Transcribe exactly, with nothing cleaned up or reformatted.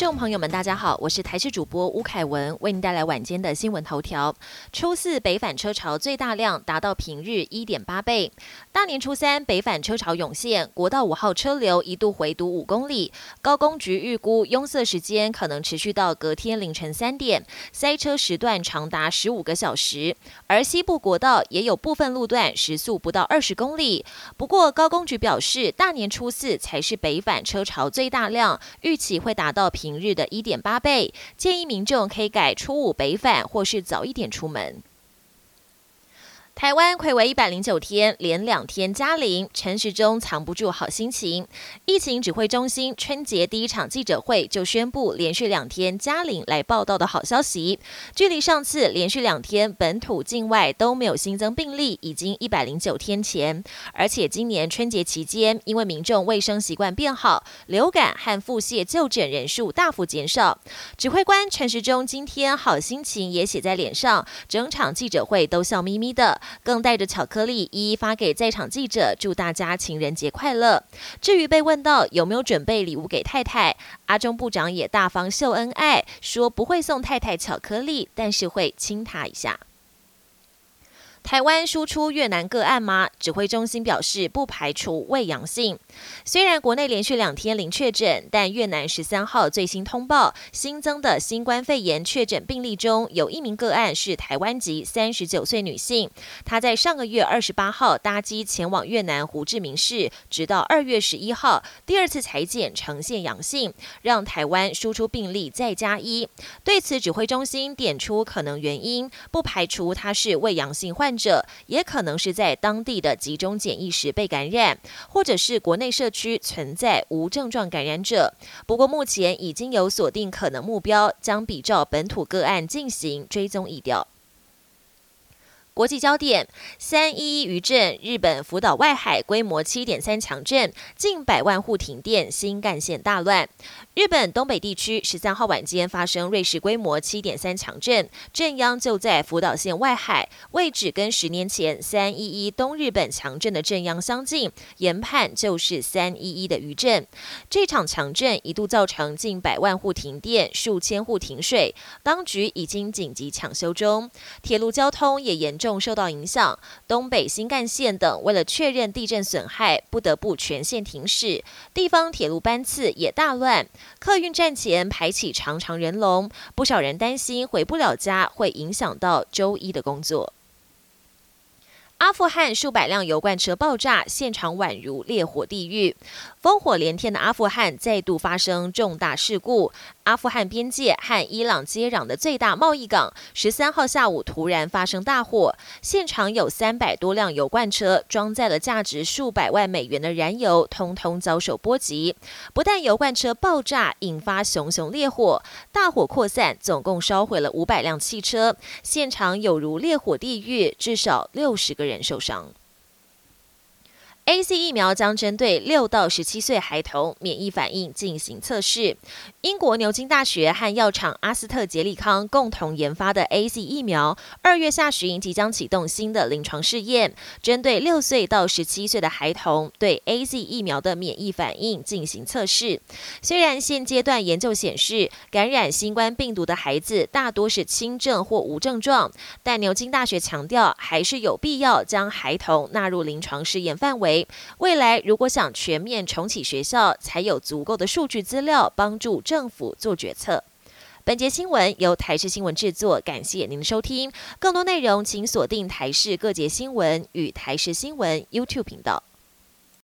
众朋友们，大家好，我是台视主播吴凯文，为您带来晚间的新闻头条。初四北返车潮最大量达到平日 一点八倍，大年初三北返车潮涌现，国道五号车流一度回堵五公里，高工局预估拥塞时间可能持续到隔天凌晨三点，塞车时段长达十五个小时。而西部国道也有部分路段时速不到二十公里。不过高工局表示，大年初四才是北返车潮最大量，预期会达到平日的 一点八倍，建议民众可以改初五北返，或是早一点出门。台湾睽违一百零九天，连两天加零，陈时中藏不住好心情。疫情指挥中心春节第一场记者会就宣布连续两天加零来报道的好消息。距离上次连续两天本土境外都没有新增病例，已经一百零九天前。而且今年春节期间，因为民众卫生习惯变好，流感和腹泻就诊人数大幅减少。指挥官陈时中今天好心情也写在脸上，整场记者会都笑眯眯的。更带着巧克力一一发给在场记者，祝大家情人节快乐。至于被问到有没有准备礼物给太太，阿中部长也大方秀恩爱，说不会送太太巧克力，但是会亲她一下。台湾输出越南个案吗？指挥中心表示不排除未阳性。虽然国内连续两天零确诊，但越南十三号最新通报新增的新冠肺炎确诊病例中，有一名个案是台湾籍三十九岁女性。她在上个月二十八号搭机前往越南胡志明市，直到二月十一号第二次采检呈现阳性，让台湾输出病例再加一。对此，指挥中心点出可能原因，不排除她是未阳性患者。者也可能是在当地的集中检疫时被感染，或者是国内社区存在无症状感染者。不过目前已经有锁定可能目标，将比照本土个案进行追踪疫调。国际焦点：三一一余震，日本福岛外海规模 七点三 强震，近百万户停电，新干线大乱。日本东北地区十三号晚间发生瑞士规模 七点三 强震，震央就在福岛县外海，位置跟十年前三一一东日本强震的震央相近，研判就是三一一的余震。这场强震一度造成近百万户停电，数千户停水，当局已经紧急抢修中。铁路交通也严重受到影响，东北新干线等为了确认地震损害，不得不全线停驶，地方铁路班次也大乱，客运站前排起长长人龙，不少人担心回不了家，会影响到周一的工作。阿富汗数百辆油罐车爆炸，现场宛如烈火地狱。烽火连天的阿富汗再度发生重大事故。阿富汗边界和伊朗接壤的最大贸易港，十三号下午突然发生大火，现场有三百多辆油罐车装载了价值数百万美元的燃油，通通遭受波及。不但油罐车爆炸，引发熊熊烈火，大火扩散，总共烧毁了五百辆汽车，现场有如烈火地狱，至少六十个人受伤。A Z 疫苗将针对六到十七岁孩童免疫反应进行测试。英国牛津大学和药厂阿斯特捷利康共同研发的 A Z 疫苗，二月下旬即将启动新的临床试验，针对六岁到十七岁的孩童对 A Z 疫苗的免疫反应进行测试。虽然现阶段研究显示，感染新冠病毒的孩子大多是轻症或无症状，但牛津大学强调，还是有必要将孩童纳入临床试验范围。未来如果想全面重启学校，才有足够的数据资料帮助政府做决策。本节新闻由台视新闻制作，感谢您的收听。更多内容请锁定台视各节新闻与台视新闻 YouTube 频道。